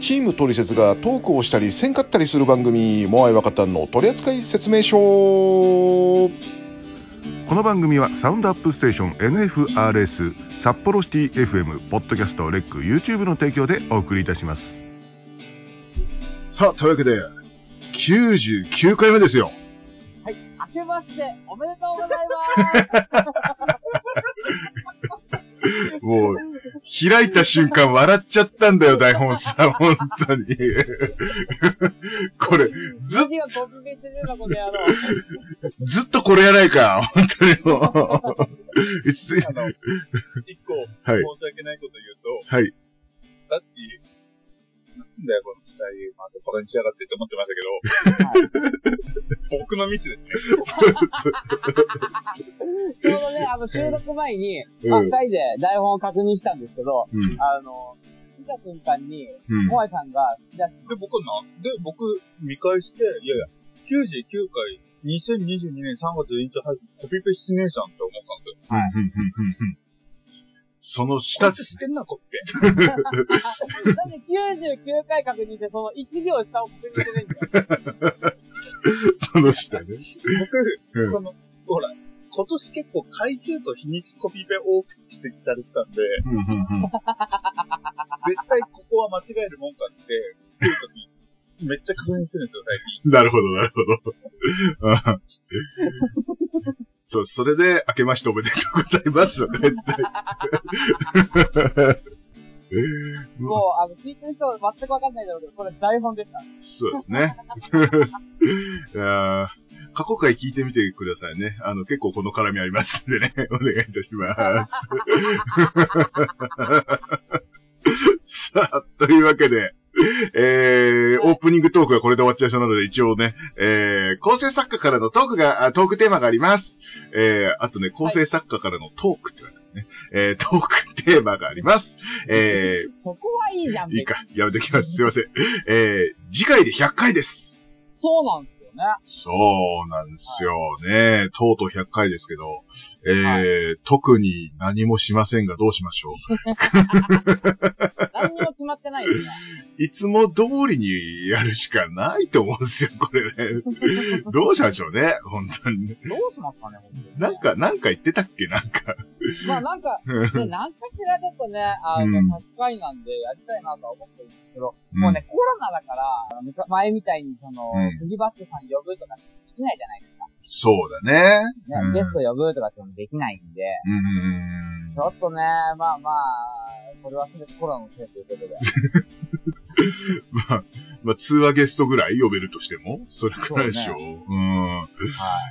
チームトリセツがトークをしたりせんかったりする番組、モアイ若旦の取扱説明書。この番組はサウンドアップステーション NFRS 札幌シティ FM ポッドキャストレック YouTube の提供でお送りいたします。さあ、というわけで99回目ですよ。 はい、明けましておめでとうございますもう開いた瞬間笑っちゃったんだよ、台本さ、本当にこれずっとこれやないか、本当にもう一個申し訳ないこと言うと、 はい、 だってなんだよこの二人、またバカにしやがってって思ってましたけど、はい、僕のミスですねちょうどね、収録前に、二人で台本を確認したんですけど、見た瞬間に、モアイさんが引き出して、 で、僕見返して、いやいや、99回、2022年3月1日配信、コピペしてねえじゃんって思ったんですよ。はい。 その下こいつしてんな、コピペ。なんで99回確認して、その1行下を確認してないんだよ。 その下ね。 僕、ほら、今年結構回数と日にちコピペ多くしてきたりしたんで、絶対ここは間違えるもんかって、作るとき、めっちゃ確認してるんですよ、最近。 なるほど、なるほど。そう、それで、明けましておめでとうございます。 もう、聞いてる人は全くわかんないだろうけど、これ台本ですから。 そうですね。過去回聞いてみてくださいね。結構この絡みありますんでね。お願いいたします。さあ、というわけで、オープニングトークがこれで終わっちゃいそうなので、一応ね、構成作家からのトークテーマがあります。あとね、構成作家からのトークって言われてね、トークテーマがあります。 そこはいいじゃん。 いいか、やめてきます。すいません。次回で100回です。 そうなんですよね。 そうなんですよね。とうとう100回ですけど、特に何もしませんがどうしましょう。 何にも決まってないですね。 いつも通りにやるしかないと思うんですよ、これね。どうしましょうね、本当にね。 どうしますかね、本当に、 なんか言ってたっけ、なんか。 まあなんか、ね、なんかしらちょっとね、100回なんでやりたいなとは思ってるんですけど、もうね、コロナだから、前みたいに釘バックさん呼ぶとかできないじゃないですか。 そうだね。 ゲスト呼ぶとかってもできないんで、ちょっとね、まあ、これは全てコロナのせいということで。 まあ、通話ゲストぐらい呼べるとしても、それくらいでしょう。 はい。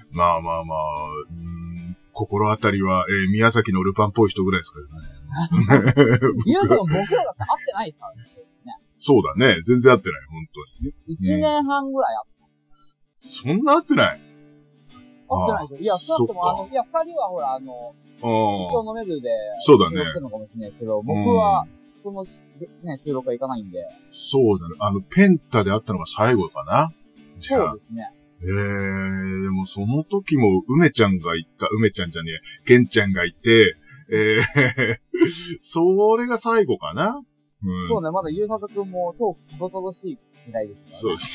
まあ、心当たりは、宮崎のルパンっぽい人ぐらいですからね。 言うても僕らだって会ってないですからね。 そうだね。全然会ってない、本当に。 1年半ぐらい会ってそんな会ってない？ 会ってないですよ。いや、少なくとも二人はほら、一生飲めるで、 そうだね。 収録してるのかもしれないですけど、僕は、その、ね、収録は行かないんで。 そうだね。ペンタで会ったのが最後かな。 そうですね。 でもその時も、梅ちゃんがいた、梅ちゃんじゃねえ、ケンちゃんがいて、それが最後かな。 そうね、まだゆうさとくんもトークとどとどしい時代ですからね。 そう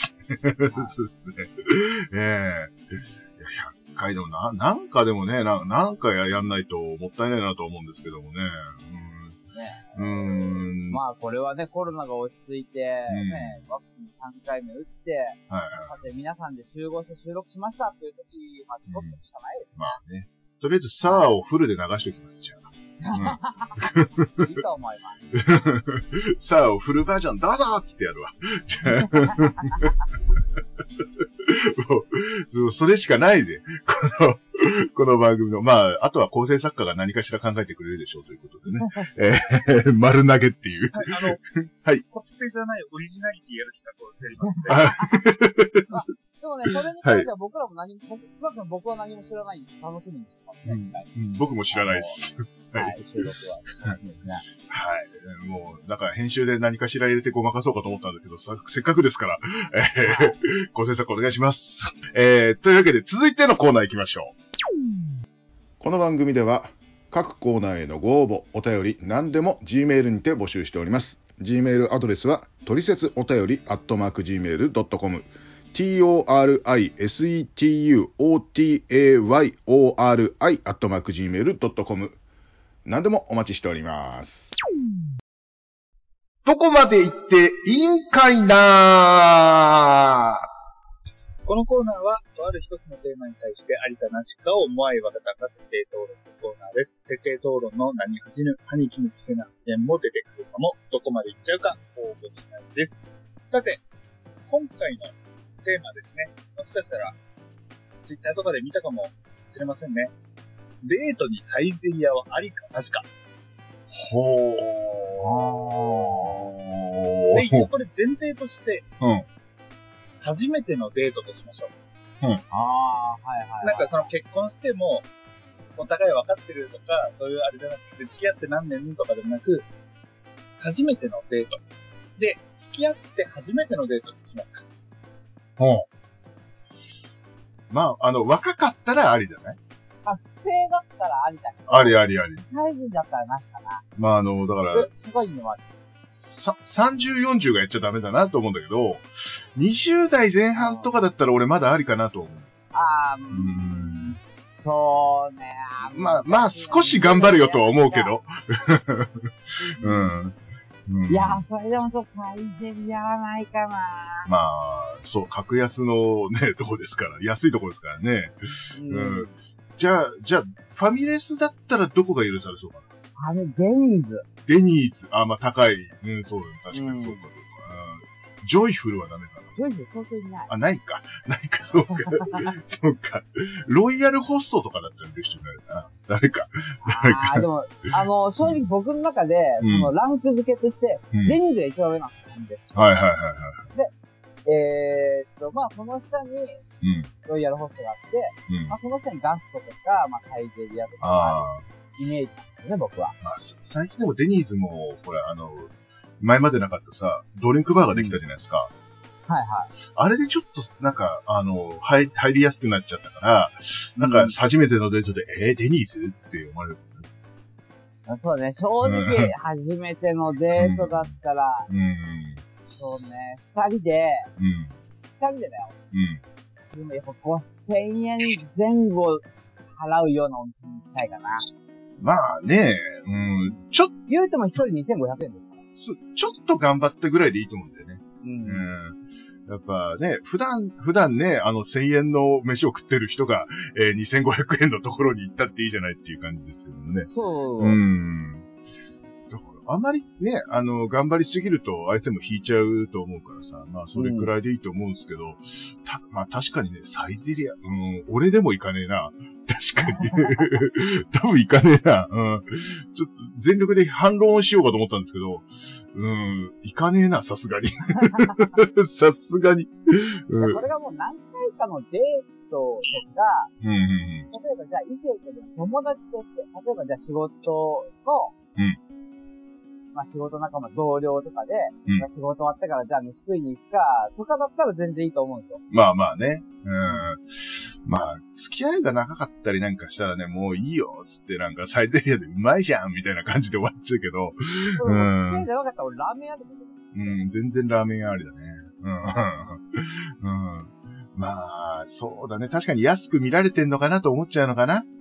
ですね。100回でもなんかでもね、なんかやんないともったいないなと思うんですけどもね。 まあこれはね、コロナが落ち着いて、ね、ワクチン3回目打って、さて皆さんで集合して収録しましたという時、まあちょっとしかないですね。 まあね。とりあえずサーをフルで流しておきます、じゃあ。 いいと思います。 さあ、フルバージョンどうぞって言ってやるわ。もうそれしかないで。この番組の、まあ、あとは構成作家が何かしら考えてくれるでしょうということでね。丸投げっていう。 はい。コピペじゃないオリジナリティやる企画をやりますね。 でもね、それに関しては僕らも僕は何も知らないんで楽しみにしてますね。 僕も知らないです。 はい、収録は。 はい。もう、なんか編集で何かしら入れてごまかそうかと思ったんだけど、せっかくですから、構成作家お願いします。というわけで続いてのコーナー行きましょう。この番組では、各コーナーへのご応募、お便り、何でも Gmail にて募集しております。 Gmail アドレスは、トリセツお便り@gmail.com。trisetotayori@gmail.com。何でもお待ちしております。どこまで行っていいんかいなー。 このコーナーは、とある一つのテーマに対してありかなしかを思わいわかたか徹底討論するコーナーです。徹底討論の名に恥じぬ、歯に衣着せぬ発言も出てくるかも、どこまで行っちゃうか、応募しないです。さて、今回のテーマですね。もしかしたら、ツイッターとかで見たかもしれませんね。デートにサイゼリヤはありかなしか。 ほー。 で、一応これ前提として、 うん。 初めてのデートとしましょう。 ああ、はいはい。 なんかその結婚しても、お互い分かってるとか、そういうあれじゃなくて、付き合って何年とかでもなく、初めてのデート。で、付き合って初めてのデートにしますか。 ほう。まあ、若かったらありじゃない？ 学生だったらありだけど。 ありありあり。 社会人だったらなしかな。 まあ、だから、 社会人はあり。 30、40がやっちゃダメだなと思うんだけど、20代前半とかだったら俺まだありかなと思う。 そうね。 まあ、少し頑張るよとは思うけど。 いや、それでもサイゼリヤはないかな。 まあ、そう、格安のね、とこですから、安いとこですからね。じゃあ、ファミレスだったらどこが許されそうかな。 デニーズ。 デニーズ。まあ、高い。そうだね。確かにそうか。ジョイフルはダメかな。 ジョイフル東京にない。 ないか、そうか。そうか。ロイヤルホストとかだったら嬉しくなるな。誰か。 でも、正直僕の中で、そのランク付けとして、デニーズが一番上なんです。 はい。 で、まあ、その下に、ロイヤルホストがあって、まあ、その下にガストとか、まあ、サイゼリヤとかあるイメージなんですね、僕は。 まあ、最近でもデニーズも、これ前までなかったさ、ドリンクバーができたじゃないですか。 はい。 あれでちょっと、なんか、入りやすくなっちゃったから、なんか、初めてのデートで、デニーズって思われる。 そうね、正直、初めてのデートだったら、そうね、二人でだよ。でもやっぱ5000円前後払うようなお店に行きたいかな。 まあね、 言うても一人2500円ですから。 ちょっと頑張ったぐらいでいいと思うんだよね。やっぱね、普段ね、1000円の飯を食ってる人が、2500円のところに行ったっていいじゃないっていう感じですけどもね。 そう。 だからあんまりね、頑張りすぎると相手も引いちゃうと思うからさ、まあそれくらいでいいと思うんですけど、まあ確かにね、サイゼリア、俺でも行かねえな。確かに。多分行かねえな。ちょっと全力で反論しようかと思ったんですけど、行かねえな、さすがに。さすがに。 これがもう何回かのデートとか、例えばじゃあ異性とでも友達として、例えばじゃあ仕事の、まあ仕事仲間同僚とかで、仕事終わったからじゃあ飯食いに行くか、とかだったら全然いいと思うんですよ。 まあね。まあ、付き合いが長かったりなんかしたらね、もういいよ、つってなんかサイゼリアでうまいじゃんみたいな感じで終わっちゃうけど。 付き合いが長かったら俺ラーメン屋でも全然ラーメン屋ありだね。まあ、そうだね。確かに安く見られてんのかなと思っちゃうのかな。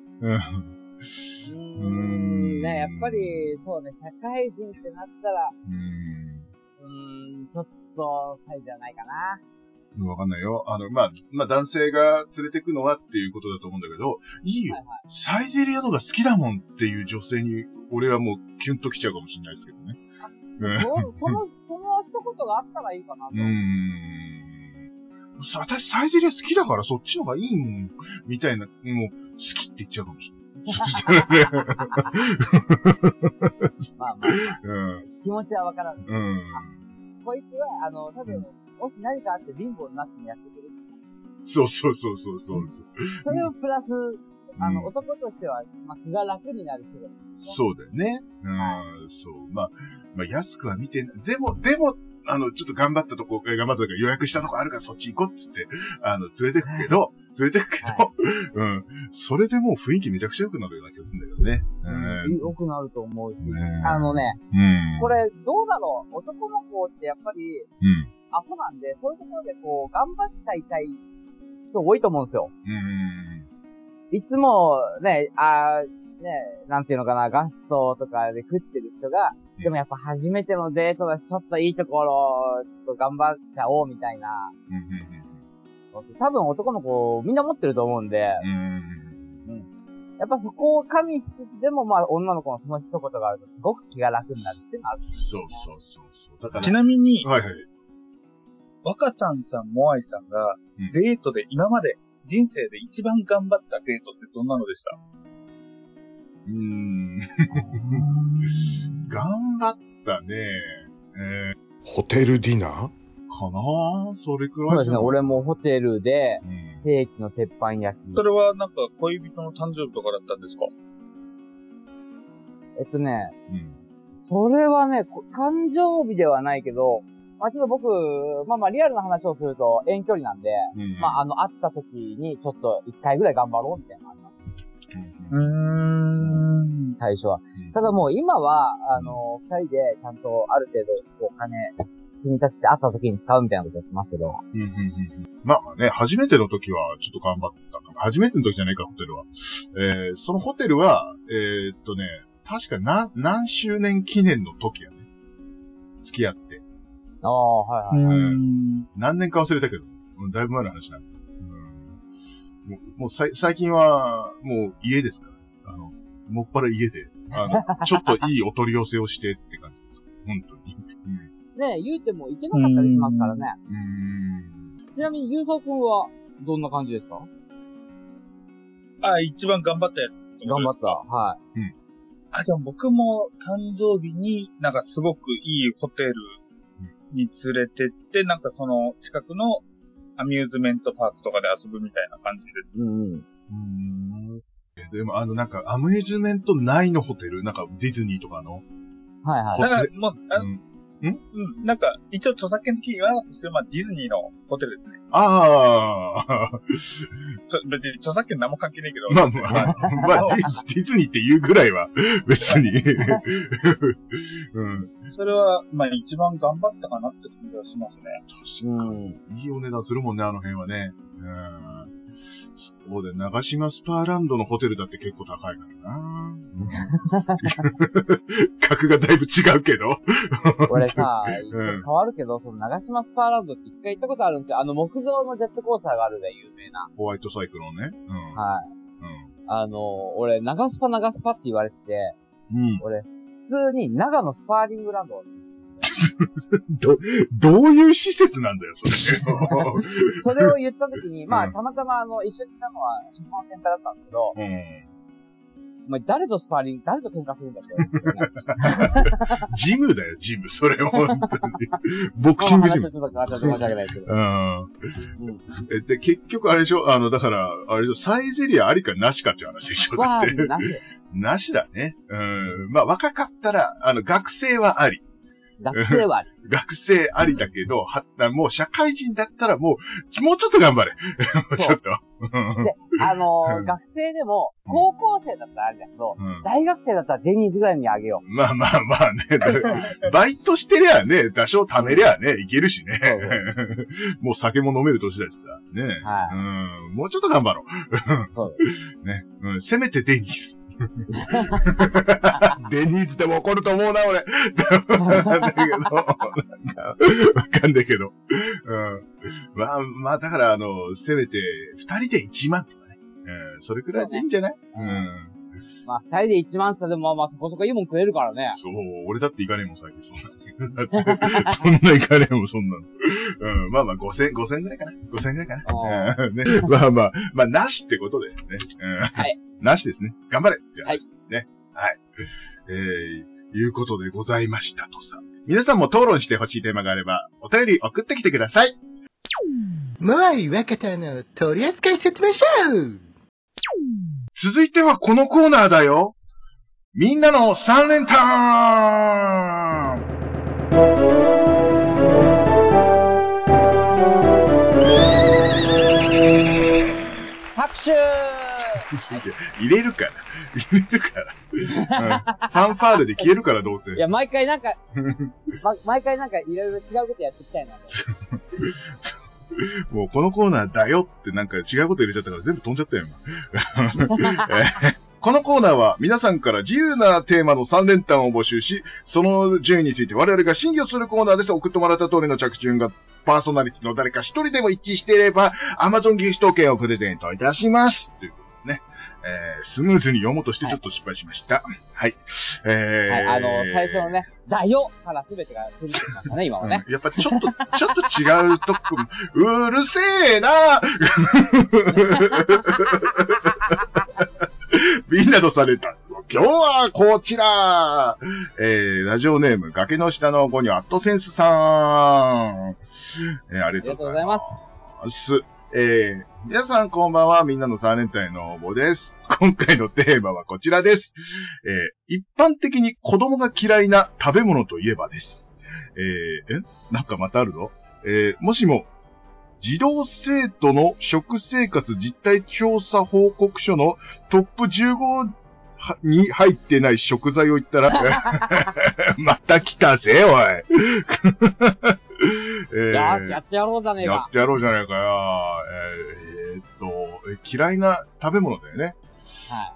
ね、やっぱり、そうね、社会人ってなったら、ちょっと、サイじゃないかな。 わかんないよ。まあ、男性が連れてくのはっていうことだと思うんだけど、いいよ。サイゼリアのが好きだもんっていう女性に、俺はもうキュンときちゃうかもしれないですけどね。 その一言があったらいいかなと。 私サイゼリア好きだからそっちの方がいいもん、みたいな、もう、好きって言っちゃうかもしれない。 まあ、気持ちはわからん。こいつは、多分、もし何かあって貧乏になってもやってくれる。 そう。 それをプラス、男としては、まあ、気が楽になるけど。 そうだよね。そう。まあ、安くは見てない。でも、ちょっと頑張ったとこ、予約したとこあるからそっち行こうって言って、連れてくけど、 連れてくけど、うん。それでもう雰囲気めちゃくちゃ良くなるような気がするんだけどね。 良くなると思うし、 ねこれ、どうだろう、男の子ってやっぱり、アホなんで、そういうところでこう、頑張っちゃいたい人多いと思うんですよ。いつも、ね、なんていうのかな、ガストとかで食ってる人が、でもやっぱ初めてのデートだし、ちょっといいところ、ちょっと頑張っちゃおうみたいな。多分男の子みんな持ってると思うんで、やっぱそこを加味しつつでもまあ女の子のその一言があるとすごく気が楽になるっていうのはある。 そう。だからちなみに、 はい。 若旦さん、モアイさんが、デートで今まで人生で一番頑張ったデートってどんなのでした？ 頑張ったね。 ホテルディナーかな？それくらい。 そうですね、俺もホテルで、ステーキの鉄板焼き。 それはなんか恋人の誕生日とかだったんですか？ それはね、誕生日ではないけど、まあちょっと僕、リアルな話をすると遠距離なんで、会った時にちょっと一回ぐらい頑張ろうみたいなのがあります。最初は。ただもう今は、二人でちゃんとある程度お金積み立てて会った時に使うみたいなことやってますけど。 まあね、初めての時はちょっと頑張ったかな。初めての時じゃないか、ホテルは。そのホテルは、確か何周年記念の時やね。付き合って。何年か忘れたけど、だいぶ前の話なんで。もう最近は、もう家ですから。もっぱら家で、ちょっといいお取り寄せをしてって感じです。本当に。 ねえ、言うても行けなかったりしますからね。ちなみに、ゆうさくんは、どんな感じですか？ 一番頑張ったやつ。 頑張った。はい。 でも僕も誕生日になんかすごくいいホテルに連れてって、なんかその近くのアミューズメントパークとかで遊ぶみたいな感じです。 でもなんかアミューズメント内のホテル、なんかディズニーとかの。 なんかもう、なんか一応著作権的に言わなかったですけど、ディズニーのホテルですね。別に著作権何も関係ないけど。 ディズニーって言うぐらいは、別に。 それは、一番頑張ったかなって感じはしますね。 確かに。いいお値段するもんね、あの辺はね。そうで、長島スパーランドのホテルだって結構高いからな。格がだいぶ違うけど。 俺さ、ちょっと変わるけど、その長島スパーランドって一回行ったことあるんですよ。木造のジェットコースターがあるで有名な。 ホワイトサイクロンね。 はい。俺、長スパって言われてて、俺、普通に長野スパーリングランドどういう施設なんだよ、それ。 それを言ったときに、たまたま一緒にいたのは、シフォン先輩だったんですけど、お前誰と喧嘩するんだって。 ジムだよ、ジム。それ本当に。ボクシングジム。 ちょっと変わっちゃって申し訳ないですけど。 で、結局あれでしょだから、あれでしょサイゼリアありかなしかっていう話でしょだって。なしだね。若かったら、学生はあり。 学生はあり。 学生ありだけど、もう社会人だったらもうちょっと頑張れ。ちょっと。 で、学生でも、高校生だったらありだけど、大学生だったらデニーズぐらいにあげよう。 まあね。バイトしてりゃね、多少貯めりゃね、いけるしね。もう酒も飲める年だしさ。ね。もうちょっと頑張ろう。ね。せめてデニーズ。デニーズでも怒ると思うな、俺。わかんないけど。だから、せめて、二人で1万とかね。それくらいでいいんじゃない？ 二人で1万ってでもそこそこいいもん食えるからね。 そう、俺だって行かねえもん、最近そんな。そんな行かねえもん、そんなの。5000ぐらいかな。5000ぐらいかな。ね。なしってことですね。 はい。 なしですね。頑張れって話ですね。はい。いうことでございましたとさ。皆さんも討論してほしいテーマがあれば、お便り送ってきてください。 もうい若田の取扱説明書。 続いてはこのコーナーだよ。みんなの3連単。 シュー入れるから。入れるから。ファンファーレで消えるから、どうせ。 いや、毎回なんか、毎回なんかいろいろ違うことやっていきたいなと。 もうこのコーナーだよってなんか違うこと入れちゃったから全部飛んじゃったよ、今。このコーナーは皆さんから自由なテーマの3連単を募集し、その順位について我々が審議をするコーナーです。送ってもらった通りの着順がパーソナリティの誰か一人でも一致していれば、Amazon ギフト券をプレゼントいたします。ということでね。スムーズに読もうとしてちょっと失敗しました。はい。 はい、最初のね、だよから全てが出てきましたね、今はね。 やっぱちょっと違うとこ、うるせえなみんなとされた。今日はこちら、ラジオネーム、崖の下の子にアットセンスさん。ありがとうございます。皆さんこんばんは。みんなの3連単の応募です。今回のテーマはこちらです。一般的に子供が嫌いな食べ物といえばです。なんかまたあるぞ。もしも、児童生徒の食生活実態調査報告書のトップ15に入ってない食材を言ったら、また来たぜ、おい。 よし、やってやろうじゃねえか。 やってやろうじゃねえかよ。嫌いな食べ物だよね。 はい。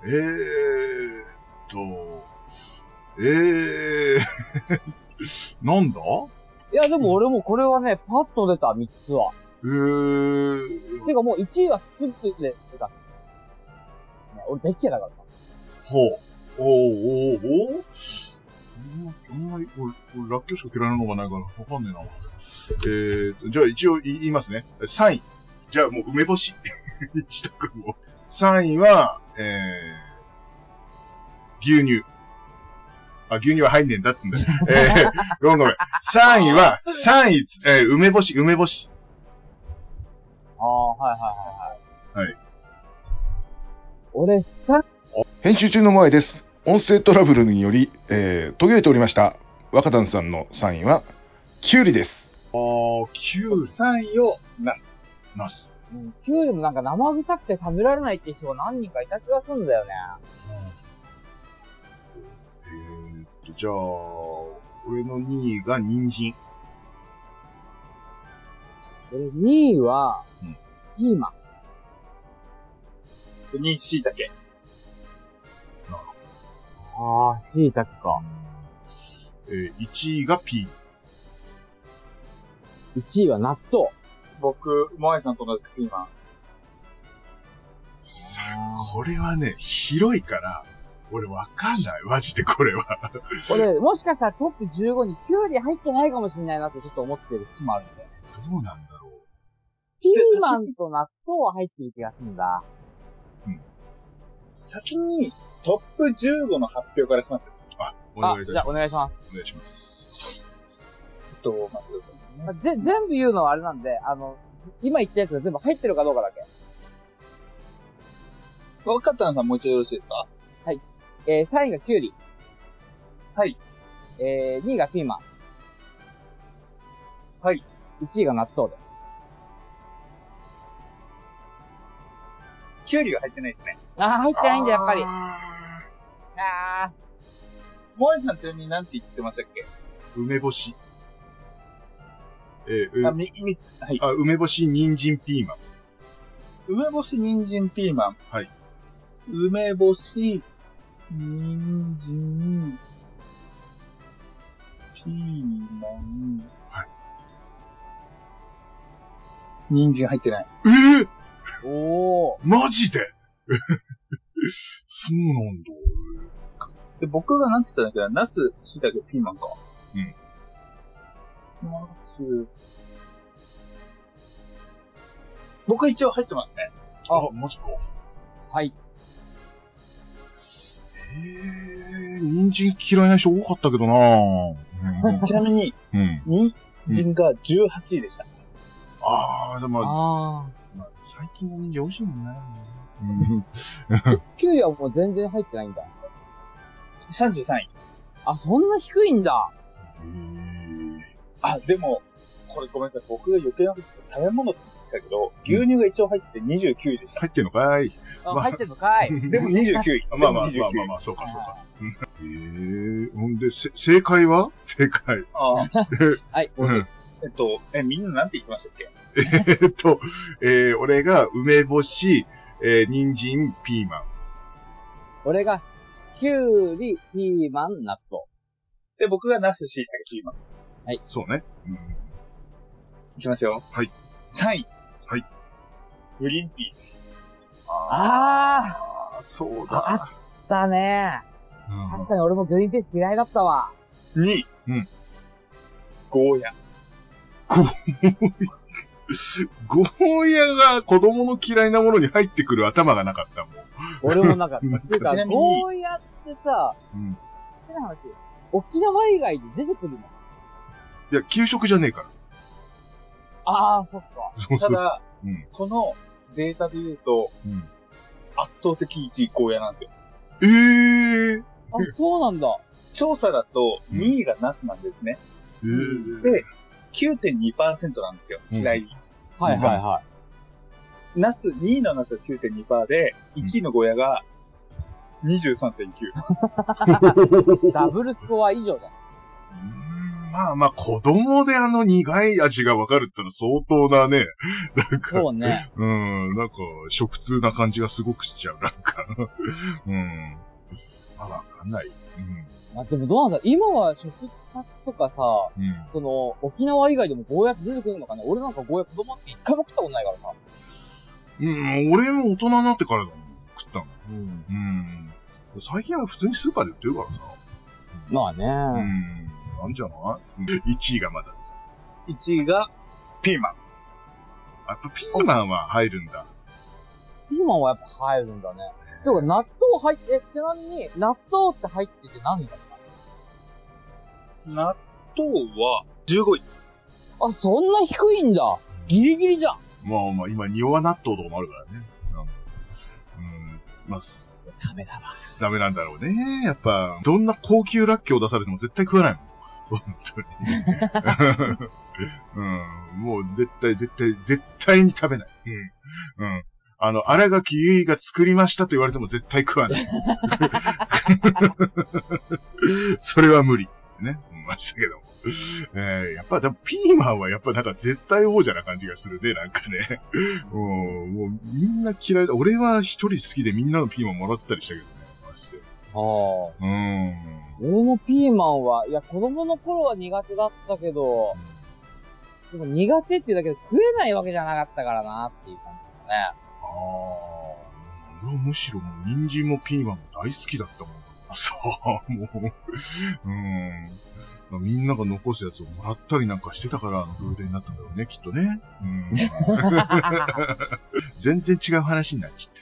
なんだ？ いや、でも俺もこれはね、パッと出た3つは。てかもう1位はすぐ出た。俺大嫌いだからさ。 ほう。おんまり、俺、ラッキョしか嫌いなのがないから、わかんねえな。じゃあ一応言いますね。3位。じゃあもう梅干し。したくも。3位は、牛乳。あ、牛乳は入んねえんだっつんだよ。ごめん。3位は、梅干し。 ああ、はい。俺、 編集中の前です。音声トラブルにより、途切れておりました。若旦さんの3位は、キュウリです。 3位を、ナス。 キュウリもなんか生臭くて食べられないって人が何人かいた気がするんだよね。 じゃあ、俺の2位が人参。 俺2位は、ピーマン。 2位、椎茸。 ああ、椎茸か。 1位がピー。 1位は納豆。 僕、モアイさんと同じくピーマン。 これはね、広いから、俺わかんない。マジでこれは。 俺、もしかしたらトップ15にキュウリ入ってないかもしれないなってちょっと思ってる節もあるんで。 どうなんだろう。 ピーマンと納豆は入ってる気がするんだ。 先に、トップ15の発表からします。 お願いいたします。 じゃあお願いします。 お願いします。 全部言うのはあれなんで、今言ったやつが全部入ってるかどうかだけ。 若田さんもう一度よろしいですか？ はい。3位がキュウリ。 はい。 2位がピーマン。 はい。 1位が納豆で。 キュウリが入ってないですね。 入ってないんだ、やっぱり。 モアイさんちなみに何て言ってましたっけ？ 梅干し。 はい。 梅干し、人参、ピーマン。 梅干し、人参、ピーマン。 はい。 梅干し、人参、ピーマン。 はい。 人参入ってない。 おー。 マジでそうなんだ。 で、僕がなんて言ったんだっけな、ナス、椎茸、ピーマンか。ナス。僕は一応入ってますね。 マジか。 はい。 人参嫌いな人多かったけどなちなみに、人参が18位でした。 でも、最近の人参美味しいもんね。 キュウリはもう全然入ってないんだ。 33位。 そんな低いんだ。 でも、これごめんなさい。僕が余計なこと食べ物ってたけど、牛乳が一応入ってて29位でした。 入ってんのかい。 入ってんのかい。 でも29位。 まあ、そうか。ほんで、正解は正解。 あはい。 みんななんて言ってましたっけ？ 俺が梅干し、人参、ピーマン。 俺が、きゅうり、ピーマン、納豆。 で、僕がナス、椎茸、ピーマン。 はい。 そうね。 いきますよ。 はい。 3位。 はい。 グリーンピース。 そうあだ。 ったね。確かに俺もグリーンピース嫌いだったわ。 2位。ゴーヤ。 ゴーヤが子供の嫌いなものに入ってくる頭がなかったもん。 俺もなかった。ていうか、 ちなみにゴーヤってさ、変な話、沖縄以外で出てくるの？ いや、給食じゃねえから。 そっか。 ただ、このデータで言うと、圧倒的1位ゴーヤなんですよ。 そうなんだ。 調査だと2位がナスなんですね。で、9.2% なんですよ。嫌い。 はい。 ナス、2位のナスが 9.2% で、1位のゴーヤが 23.9%。 ダブルスコア以上だ。 まあ、子供で苦い味がわかるってのは相当だね。なんか。 そうね。 なんか、食通な感じがすごくしちゃう。なんか。わかんない。 でもどうなんだ、今は食卓とかさ、沖縄以外でもゴーヤって出てくるのかね。俺なんかゴーヤ子供の時一回も食ったことないからさ。 俺も大人になってからだもん。食ったの。最近は普通にスーパーで売ってるからさ。 まあね。 なんじゃない ?1 位がまだ。 1位が、ピーマン。 やっぱピーマンは入るんだ。 ピーマンはやっぱ入るんだね。てか、納豆入って、ちなみに、納豆って入ってて何位だった？ 納豆は15位。 そんな低いんだ。ギリギリじゃん。 まあ、今、庭納豆とかもあるからね。 ダメだわ。 ダメなんだろうね。やっぱ、どんな高級ラッキョを出されても絶対食わないもん。本当に。もう絶対に食べない。荒垣結衣が作りましたと言われても絶対食わない。それは無理。ね。ましたけども。やっぱ、ピーマンはやっぱなんか絶対王者な感じがするね、なんかね。もうみんな嫌いだ。俺は一人好きでみんなのピーマンもらってたりしたけどね。マジで。 俺もピーマンは、いや、子供の頃は苦手だったけど、でも苦手っていうだけで食えないわけじゃなかったからなっていう感じですね。 俺はむしろもう人参もピーマンも大好きだったもん。みんなが残すやつをもらったりなんかしてたから風鈴になったんだろうね、きっとね。全然違う話になっちゃった。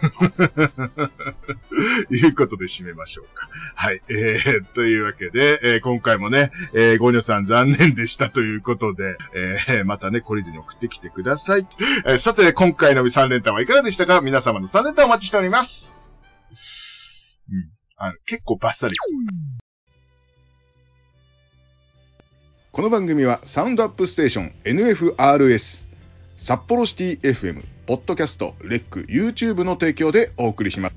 いうことで締めましょうか。はい。というわけで、今回もね、ゴニョさん残念でしたということで、またね、懲りずに送ってきてください。さて、今回の3連単はいかがでしたか？皆様の3連単お待ちしております。結構バッサリ。 この番組はサウンドアップステーション NFRS 札幌シティ FM ポッドキャストレック YouTube の提供でお送りします。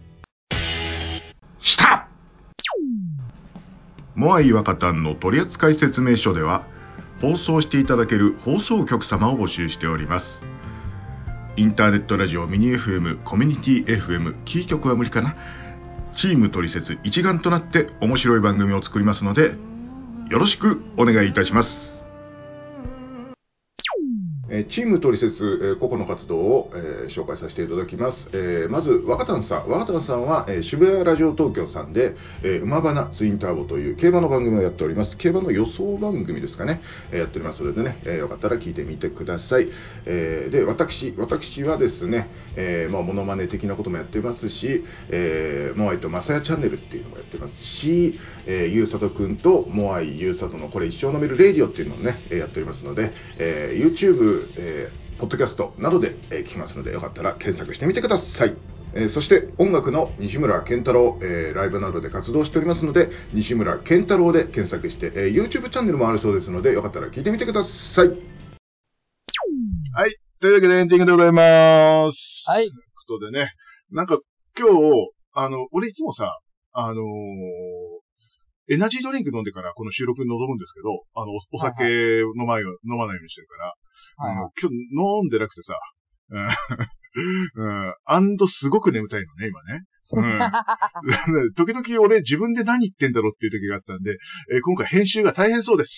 モアイ若旦の取扱説明書では放送していただける放送局様を募集しております。インターネットラジオミニ FM コミュニティ FM キー局は無理かな。チーム取説一丸となって面白い番組を作りますのでよろしくお願いいたします。チーム取説、個々の活動を、紹介させていただきます。まず若旦さんは、渋谷ラジオ東京さんで、馬花ツインターボという競馬の番組をやっております。競馬の予想番組ですかね、やっておりますのでね、よかったら聞いてみてください。で私はですね、モノマネ的なこともやってますし、モアイとマサヤチャンネルっていうのもやってますし、ゆうさとくんとモアイゆうさとのこれ一生飲めるレディオっていうのをね、やっておりますので、YouTubeポッドキャストなどで、聞きますのでよかったら検索してみてください。そして音楽の西村健太郎、ライブなどで活動しておりますので西村健太郎で検索して、YouTube チャンネルもあるそうですのでよかったら聞いてみてください。 はい。 というわけでエンディングでございます。 はい。 ということでね、なんか今日、俺いつもさ、エナジードリンク飲んでからこの収録に臨むんですけど、お酒飲まないようにしてるから、今日飲んでなくてさ、すごく眠たいのね、今ね。時々俺自分で何言ってんだろうっていう時があったんで、今回編集が大変そうです。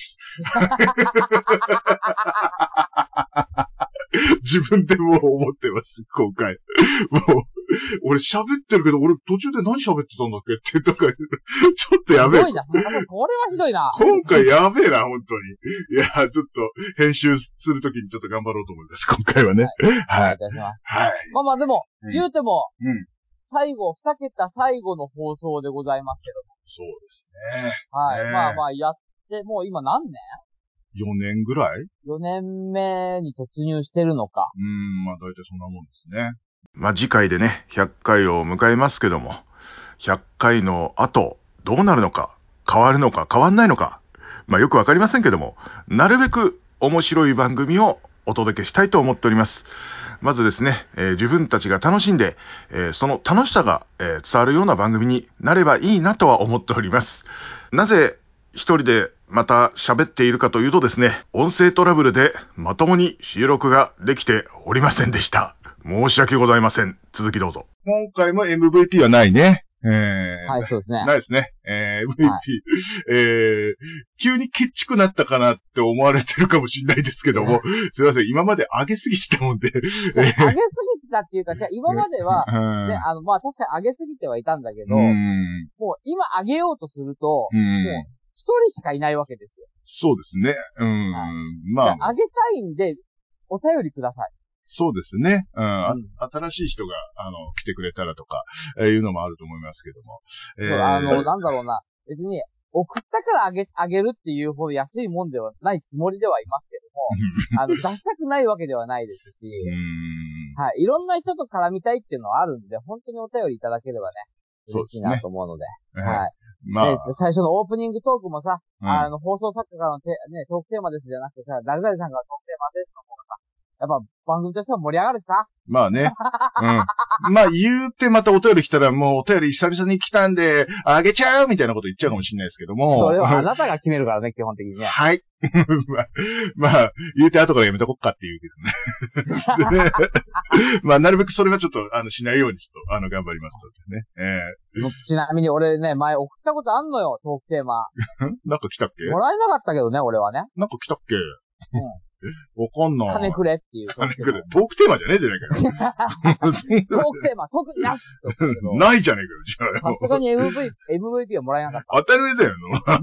自分でもう思ってます、今回。もう、俺喋ってるけど、俺途中で何喋ってたんだっけってとか、ちょっとやべえ。 ひどいな。それはひどいな。 今回やべえな、本当に。いや、ちょっと、編集するときにちょっと頑張ろうと思います、今回はね。はい。 いたします。 はい。 まあでも、言うても、最後、2桁最後の放送でございますけど。 そうですね。 はい。まあ、やって、もう今何年 ?4 年ぐらい ?4 年目に突入してるのか。 まあ大体そんなもんですね。まあ次回でね、100回を迎えますけども、100回の後、どうなるのか、変わるのか変わんないのか、まあよくわかりませんけども、なるべく面白い番組をお届けしたいと思っております。まずですね、自分たちが楽しんで、その楽しさが、伝わるような番組になればいいなとは思っております。なぜ一人でまた喋っているかというとですね、音声トラブルでまともに収録ができておりませんでした。申し訳ございません。続きどうぞ。今回も MVP はないね。 はい、そうですね。 ないですね。MVP、はい、急にケチくなったかなって思われてるかもしれないですけども、すいません、今まで上げすぎてたもんで。上げすぎてたっていうか、じゃあ今までは、ね、まあ確かに上げすぎてはいたんだけど、もう今上げようとすると、もう一人しかいないわけですよ。 そうですね。 まあ。上げたいんで、お便りください。 そうですね。新しい人が、来てくれたらとか、いうのもあると思いますけども。 なんだろうな。別に、送ったからあげるっていうほど安いもんではないつもりではいますけども、出したくないわけではないですし、はい。いろんな人と絡みたいっていうのはあるんで、本当にお便りいただければね、嬉しいなと思うので。はい。まあ。最初のオープニングトークもさ、放送作家からのトークテーマですじゃなくてさ、誰々さんがトークテーマですの方がさ、やっぱ番組としては盛り上がるしさ。 まあね。まあ言うてまたお便り来たらもうお便り久々に来たんで、あげちゃうみたいなこと言っちゃうかもしれないですけども。 それはあなたが決めるからね、基本的にね。 はい。まあ、言うて後からやめとこっかって言うけどね。まあなるべくそれはちょっと、しないようにちょっと、頑張りますのでね。ちなみに俺ね、前送ったことあんのよ、トークテーマ。 なんか来たっけ？ もらえなかったけどね、俺はね。 なんか来たっけ？わかんない。 金くれっていう。 金くれ。トークテーマじゃねえじゃねえかよ。 トークテーマ、特になしないじゃねえかよ、 さすがに MVP はもらえなかった。 当たり前だよ、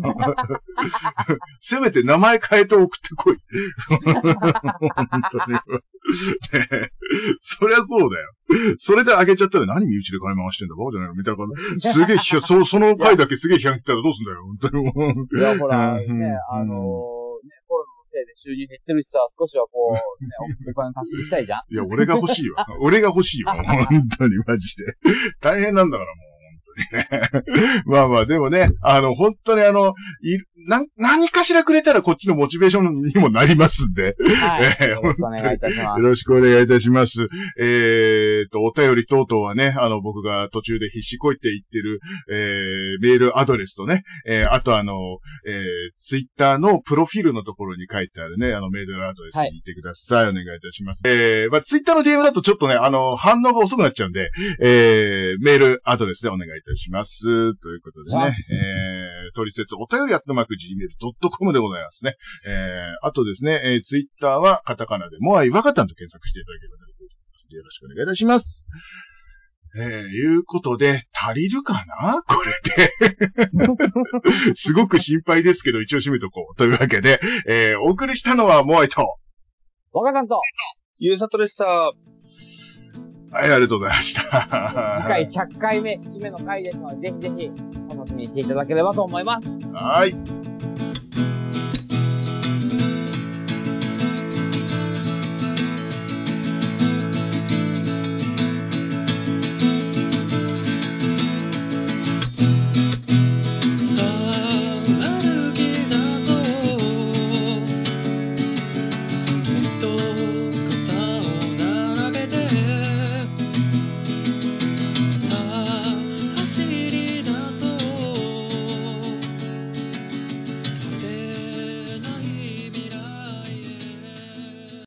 せめて名前変えて送ってこい。本当に。そりゃそうだよ。それであげちゃったら何身内で金回してんだバカじゃないのみたいな感じ。すげえその回だけすげえ批判来たらどうすんだよ、本当に。 いや、ほら、ね、コロナのせいで収入減ってるしさ、少しはこう、ね、お金足しにしたいじゃん。 いや、俺が欲しいわ。俺が欲しいわ。本当にマジで。大変なんだからもう。まあまあ、でもね、本当に何かしらくれたらこっちのモチベーションにもなりますんで。 はい。よろしくお願いいたします。 よろしくお願いいたします。お便り等々はね、僕が途中で必死こいて言ってる、メールアドレスとね、あとツイッターのプロフィールのところに書いてあるね、メールアドレスに行ってください。はい、お願いいたします。まあ、ツイッターの DM だとちょっとね、反応が遅くなっちゃうんで、メールアドレスでお願いいたします。ということでね、トリセツお便り@gmail.com でございますね。あとですね、ツイッターはカタカナでモアイワカタンと検索していただければと思いますのでよろしくお願いいたします。いうことで、足りるかなこれで。すごく心配ですけど、一応締めとこう。というわけで、お送りしたのはモアイと、 ワカタンと、 ゆうさとでした。 はい、ありがとうございました。 次回100回目、節目の回ですので、ぜひぜひ楽しみにしていただければと思います。 はい。